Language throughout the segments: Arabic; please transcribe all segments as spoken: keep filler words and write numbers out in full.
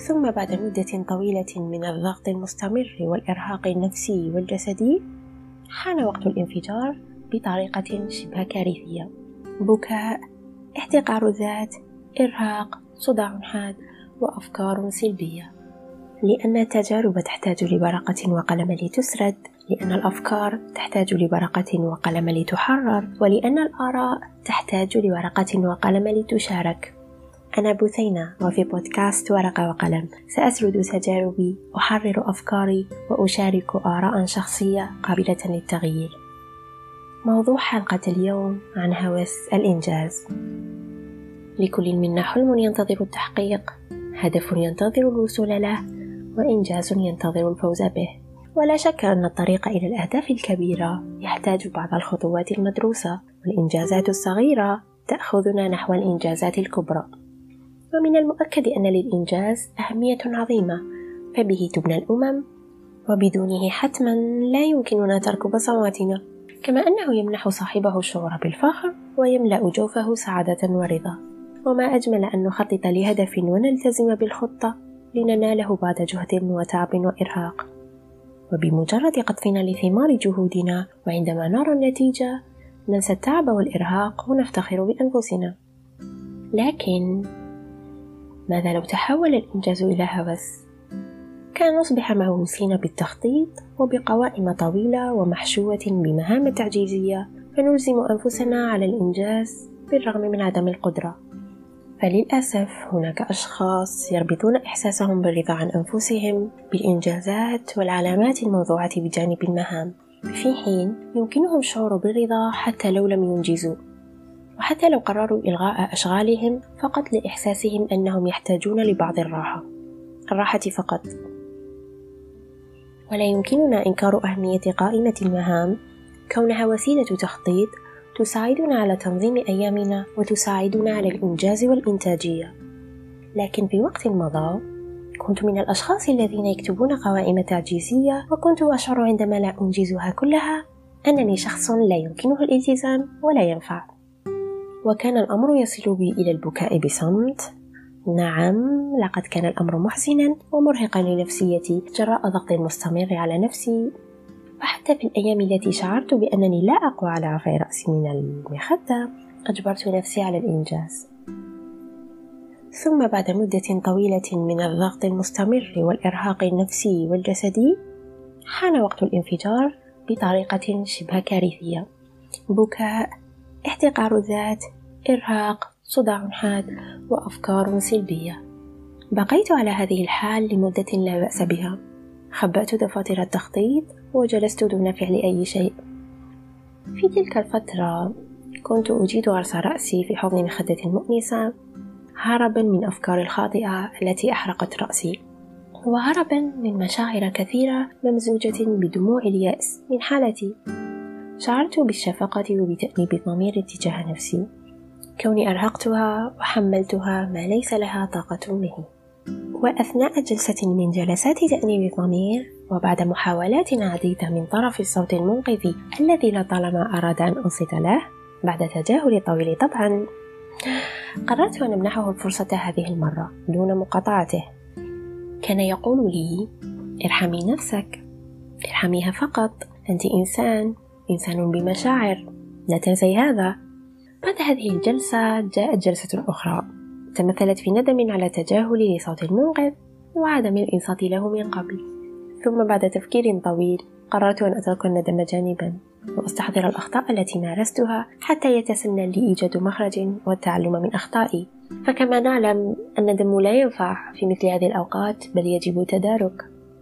ثم بعد مدة طويلة من الضغط المستمر والإرهاق النفسي والجسدي حان وقت الانفجار بطريقة شبه كارثية. بكاء، احتقار ذات، إرهاق، صداع حاد وأفكار سلبية. لأن التجارب تحتاج لورقة وقلم لتسرد، لأن الأفكار تحتاج لورقة وقلم لتحرر، ولأن الآراء تحتاج لورقة وقلم لتشارك. أنا بثينة، وفي بودكاست ورقة وقلم سأسرد تجاربي، أحرر أفكاري، وأشارك آراء شخصية قابلة للتغيير. موضوع حلقة اليوم عن هوس الإنجاز. لكل منا حلم ينتظر التحقيق، هدف ينتظر الوصول له، وإنجاز ينتظر الفوز به. ولا شك أن الطريق إلى الأهداف الكبيرة يحتاج بعض الخطوات المدروسة، والإنجازات الصغيرة تأخذنا نحو الإنجازات الكبرى. ومن المؤكد أن للإنجاز أهمية عظيمة، فبه تبنى الأمم، وبدونه حتما لا يمكننا ترك بصماتنا، كما أنه يمنح صاحبه الشعور بالفخر ويملأ جوفه سعادة ورضا. وما أجمل أن نخطط لهدف ونلتزم بالخطة لنناله بعد جهد وتعب وإرهاق، وبمجرد قطفنا لثمار جهودنا وعندما نرى النتيجة ننسى التعب والإرهاق ونفتخر بأنفسنا. لكن ماذا لو تحول الإنجاز إلى هوس؟ كان نصبح مهووسين بالتخطيط وبقوائم طويلة ومحشوة بمهام تعجيزية، فنلزم أنفسنا على الإنجاز بالرغم من عدم القدرة. فللأسف هناك أشخاص يربطون إحساسهم بالرضا عن أنفسهم بالإنجازات والعلامات الموضوعة بجانب المهام، في حين يمكنهم الشعور بالرضا حتى لو لم ينجزوا، وحتى لو قرروا إلغاء أشغالهم فقط لإحساسهم أنهم يحتاجون لبعض الراحة الراحة فقط. ولا يمكننا إنكار أهمية قائمة المهام كونها وسيلة تخطيط تساعدنا على تنظيم أيامنا وتساعدنا على الإنجاز والإنتاجية. لكن في وقت مضى كنت من الأشخاص الذين يكتبون قوائم تعجيزية، وكنت أشعر عندما لا أنجزها كلها أنني شخص لا يمكنه الالتزام ولا ينفع. وكان الأمر يصل بي إلى البكاء بصمت. نعم، لقد كان الأمر محزنا ومرهقا لنفسيتي جراء ضغط مستمر على نفسي، وحتى في الأيام التي شعرت بأنني لا أقوى على رفع رأسي من المخدة أجبرت نفسي على الإنجاز. ثم بعد مدة طويلة من الضغط المستمر والإرهاق النفسي والجسدي حان وقت الانفجار بطريقة شبه كارثية. بكاء، احتقار ذات، إرهاق، صداع حاد وأفكار سلبية. بقيت على هذه الحال لمدة لا بأس بها. خبأت دفاتر التخطيط وجلست دون فعل أي شيء. في تلك الفترة كنت أجيد غرس رأسي في حضن مخدة مؤنسة، هربا من أفكار الخاطئة التي أحرقت رأسي، وهربا من مشاعر كثيرة ممزوجة بدموع اليأس من حالتي. شعرت بالشفقة وبتأنيب الضمير تجاه نفسي، كوني أرهقتها وحملتها ما ليس لها طاقة به. وأثناء جلسة من جلسات تأنيب الضمير، وبعد محاولات عديدة من طرف الصوت المنقذ الذي لطالما أراد أن أنصت له بعد تجاهل طويل طبعا، قررت أن أمنحه الفرصة هذه المرة دون مقاطعته. كان يقول لي: ارحمي نفسك، ارحميها فقط، أنت إنسان إنسان بمشاعر، لا تنسي هذا. بعد هذه الجلسة جاءت جلسة أخرى تمثلت في ندم على تجاهلي لصوت المنقذ وعدم الإنصات له من قبل. ثم بعد تفكير طويل قررت أن أترك الندم جانبا وأستحضر الأخطاء التي مارستها حتى يتسنى لي إيجاد مخرج والتعلم من أخطائي. فكما نعلم الندم لا ينفع في مثل هذه الأوقات، بل يجب تدارك.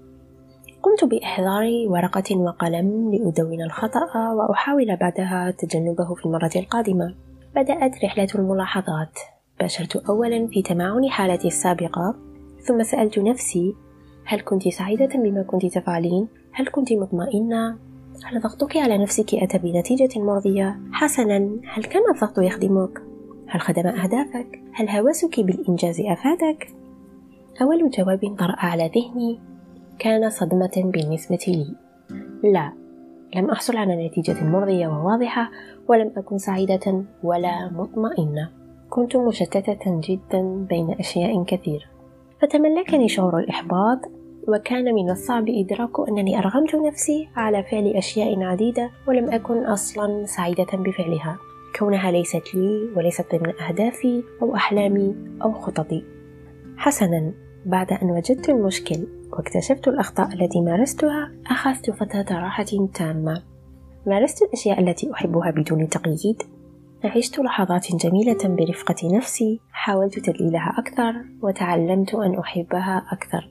قمت بإحضار ورقة وقلم لأدون الخطأ وأحاول بعدها تجنبه في المرة القادمة. بدأت رحلة الملاحظات. باشرت أولا في تمعن حالتي السابقة، ثم سألت نفسي: هل كنت سعيدة بما كنت تفعلين؟ هل كنت مطمئنة؟ هل ضغطك على نفسك أتى بنتيجة مرضية؟ حسنا، هل كان الضغط يخدمك؟ هل خدم أهدافك؟ هل هوسك بالإنجاز أفادك؟ أول جواب طرأ على ذهني كان صدمة بالنسبة لي. لا، لم أحصل على نتيجة مرضية وواضحة، ولم أكن سعيدة ولا مطمئنة. كنت مشتتة جدا بين أشياء كثيرة. فتملكني شعور الإحباط، وكان من الصعب إدراك أنني أرغمت نفسي على فعل أشياء عديدة ولم أكن أصلا سعيدة بفعلها، كونها ليست لي وليست ضمن أهدافي أو أحلامي أو خططي. حسنا، بعد أن وجدت المشكل واكتشفت الأخطاء التي مارستها، أخذت فترة راحة تامة. مارست الأشياء التي أحبها بدون تقييد، عشت لحظات جميلة برفقة نفسي، حاولت تدليلها أكثر وتعلمت أن أحبها أكثر.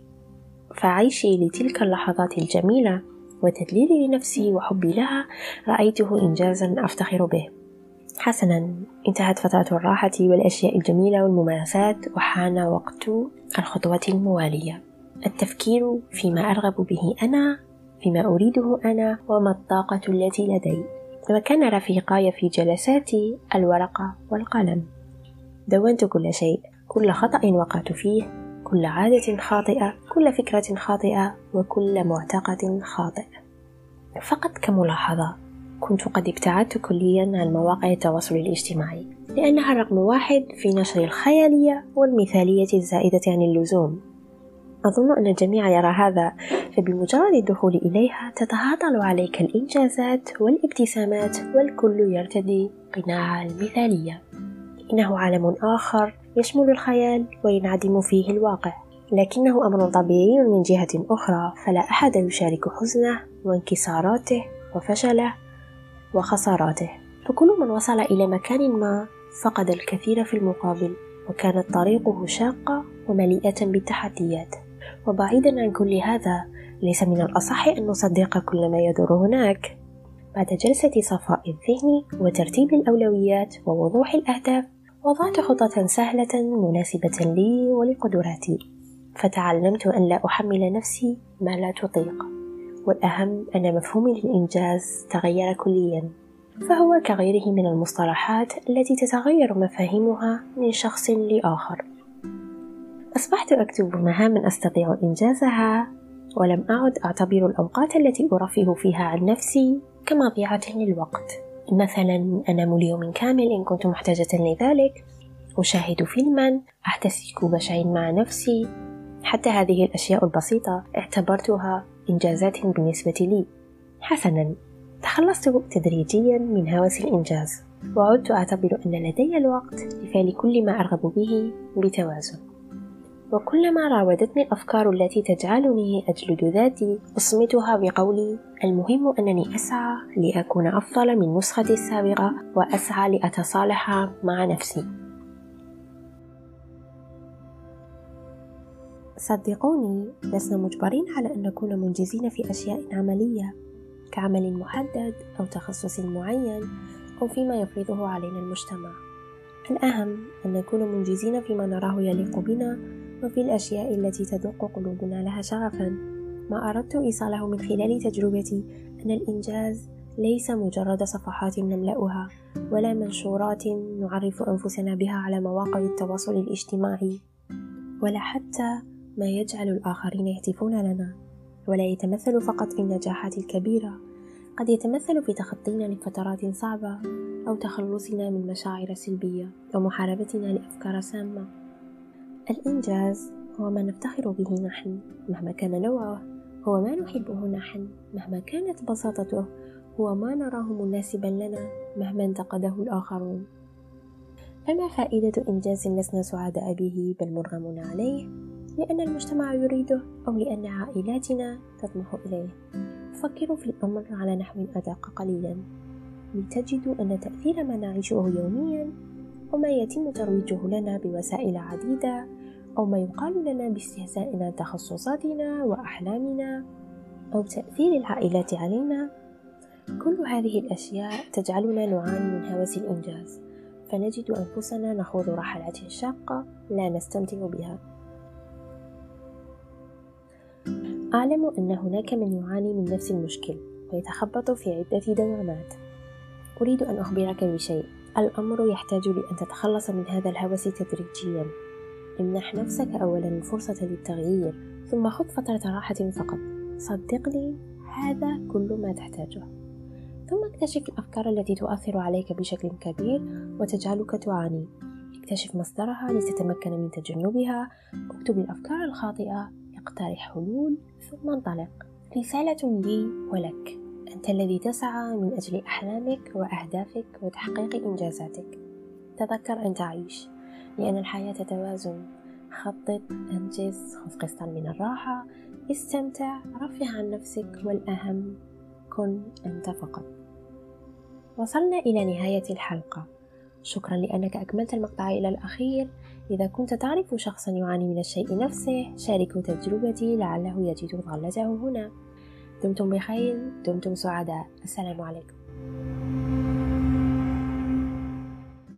فعيشي لتلك اللحظات الجميلة وتدليلي لنفسي وحبي لها رأيته إنجازا أفتخر به. حسنا، انتهت فترة الراحة والأشياء الجميلة والممارسات، وحان وقت الخطوة الموالية: التفكير فيما أرغب به أنا، فيما أريده أنا، وما الطاقة التي لدي. وكان رفيقاي في جلساتي الورقة والقلم. دونت كل شيء، كل خطأ وقعت فيه، كل عادة خاطئة، كل فكرة خاطئة، وكل معتقد خاطئ. فقط كملاحظة، كنت قد ابتعدت كليا عن مواقع التواصل الاجتماعي، لأنها رقم واحد في نشر الخيالية والمثالية الزائدة عن اللزوم. أظن أن الجميع يرى هذا، فبمجرد الدخول إليها تتهاطل عليك الإنجازات والابتسامات، والكل يرتدي قناع المثالية. إنه عالم آخر يشمل الخيال وينعدم فيه الواقع، لكنه أمر طبيعي من جهة أخرى، فلا أحد يشارك حزنه وانكساراته وفشله وخساراته. فكل من وصل إلى مكان ما فقد الكثير في المقابل، وكانت طريقه شاقة ومليئة بالتحديات. وبعيدا عن كل هذا، ليس من الأصح أن نصدق كل ما يدور هناك. بعد جلسة صفاء الذهن وترتيب الأولويات ووضوح الأهداف، وضعت خطة سهلة مناسبة لي ولقدراتي، فتعلمت أن لا أحمل نفسي ما لا تطيق. والأهم أن مفهومي للإنجاز تغير كليا، فهو كغيره من المصطلحات التي تتغير مفاهيمها من شخص لآخر. أصبحت أكتب مهام أستطيع إنجازها، ولم أعد أعتبر الأوقات التي أرفه فيها عن نفسي كمضيعة للوقت. مثلا، أنام ليوم كامل إن كنت محتاجة لذلك، أشاهد فيلما، أحتسي كوب شاي مع نفسي. حتى هذه الأشياء البسيطة اعتبرتها إنجازات بالنسبة لي. حسنا، تخلصت تدريجيا من هوس الإنجاز، وعدت أعتبر أن لدي الوقت لفعل كل ما أرغب به بتوازن. وكلما راودتني الأفكار التي تجعلني أجلد ذاتي، أصمتها بقولي: المهم أنني أسعى لأكون أفضل من نسختي السابقة، وأسعى لأتصالح مع نفسي. صدقوني، لسنا مجبرين على أن نكون منجزين في أشياء عملية كعمل محدد أو تخصص معين أو فيما يفرضه علينا المجتمع. الأهم أن نكون منجزين فيما نراه يليق بنا، وفي الأشياء التي تدق قلوبنا لها شغفا. ما أردت إيصاله من خلال تجربتي أن الإنجاز ليس مجرد صفحات نملأها، ولا منشورات نعرف أنفسنا بها على مواقع التواصل الاجتماعي، ولا حتى ما يجعل الآخرين يهتفون لنا. ولا يتمثل فقط في النجاحات الكبيرة، قد يتمثل في تخطينا لفترات صعبة، أو تخلصنا من مشاعر سلبية، أو محاربتنا لأفكار سامة. الإنجاز هو ما نفتخر به نحن مهما كان نوعه، هو ما نحبه نحن مهما كانت بساطته، هو ما نراه مناسبا لنا مهما انتقده الآخرون. فما فائدة إنجاز لسنا سعداء به بل مرغمون عليه لأن المجتمع يريده أو لأن عائلاتنا تطمح إليه؟ فكروا في الأمر على نحو أدق قليلا، لتجدوا أن تأثير ما نعيشه يوميا، وما يتم ترويجه لنا بوسائل عديدة، أو ما يقال لنا باستهزاء عن تخصصاتنا وأحلامنا، أو تأثير العائلات علينا، كل هذه الأشياء تجعلنا نعاني من هوس الإنجاز، فنجد أنفسنا نخوض رحلات شاقة لا نستمتع بها. أعلم أن هناك من يعاني من نفس المشكل ويتخبط في عدة دوامات. أريد أن أخبرك بشيء: الأمر يحتاج لأن تتخلص من هذا الهوس تدريجيا. امنح نفسك أولا الفرصة للتغيير، ثم خذ فترة راحة فقط. صدقني، هذا كل ما تحتاجه. ثم اكتشف الأفكار التي تؤثر عليك بشكل كبير وتجعلك تعاني. اكتشف مصدرها لتتمكن من تجنبها، اكتب الأفكار الخاطئة، اقترح حلول، ثم انطلق. رسالة لي ولك، أنت الذي تسعى من أجل أحلامك وأهدافك وتحقيق إنجازاتك. تذكر أن تعيش، لأن الحياة توازن. خطط، أنجز، خذ قسطا من الراحة، استمتع، رفه عن نفسك، والأهم كن أنت فقط. وصلنا إلى نهاية الحلقة. شكرا لأنك أكملت المقطع إلى الأخير. إذا كنت تعرف شخصا يعاني من الشيء نفسه، شاركه تجربتي لعله يجد ضالته هنا. دمتم بخير، دمتم سعداء. السلام عليكم.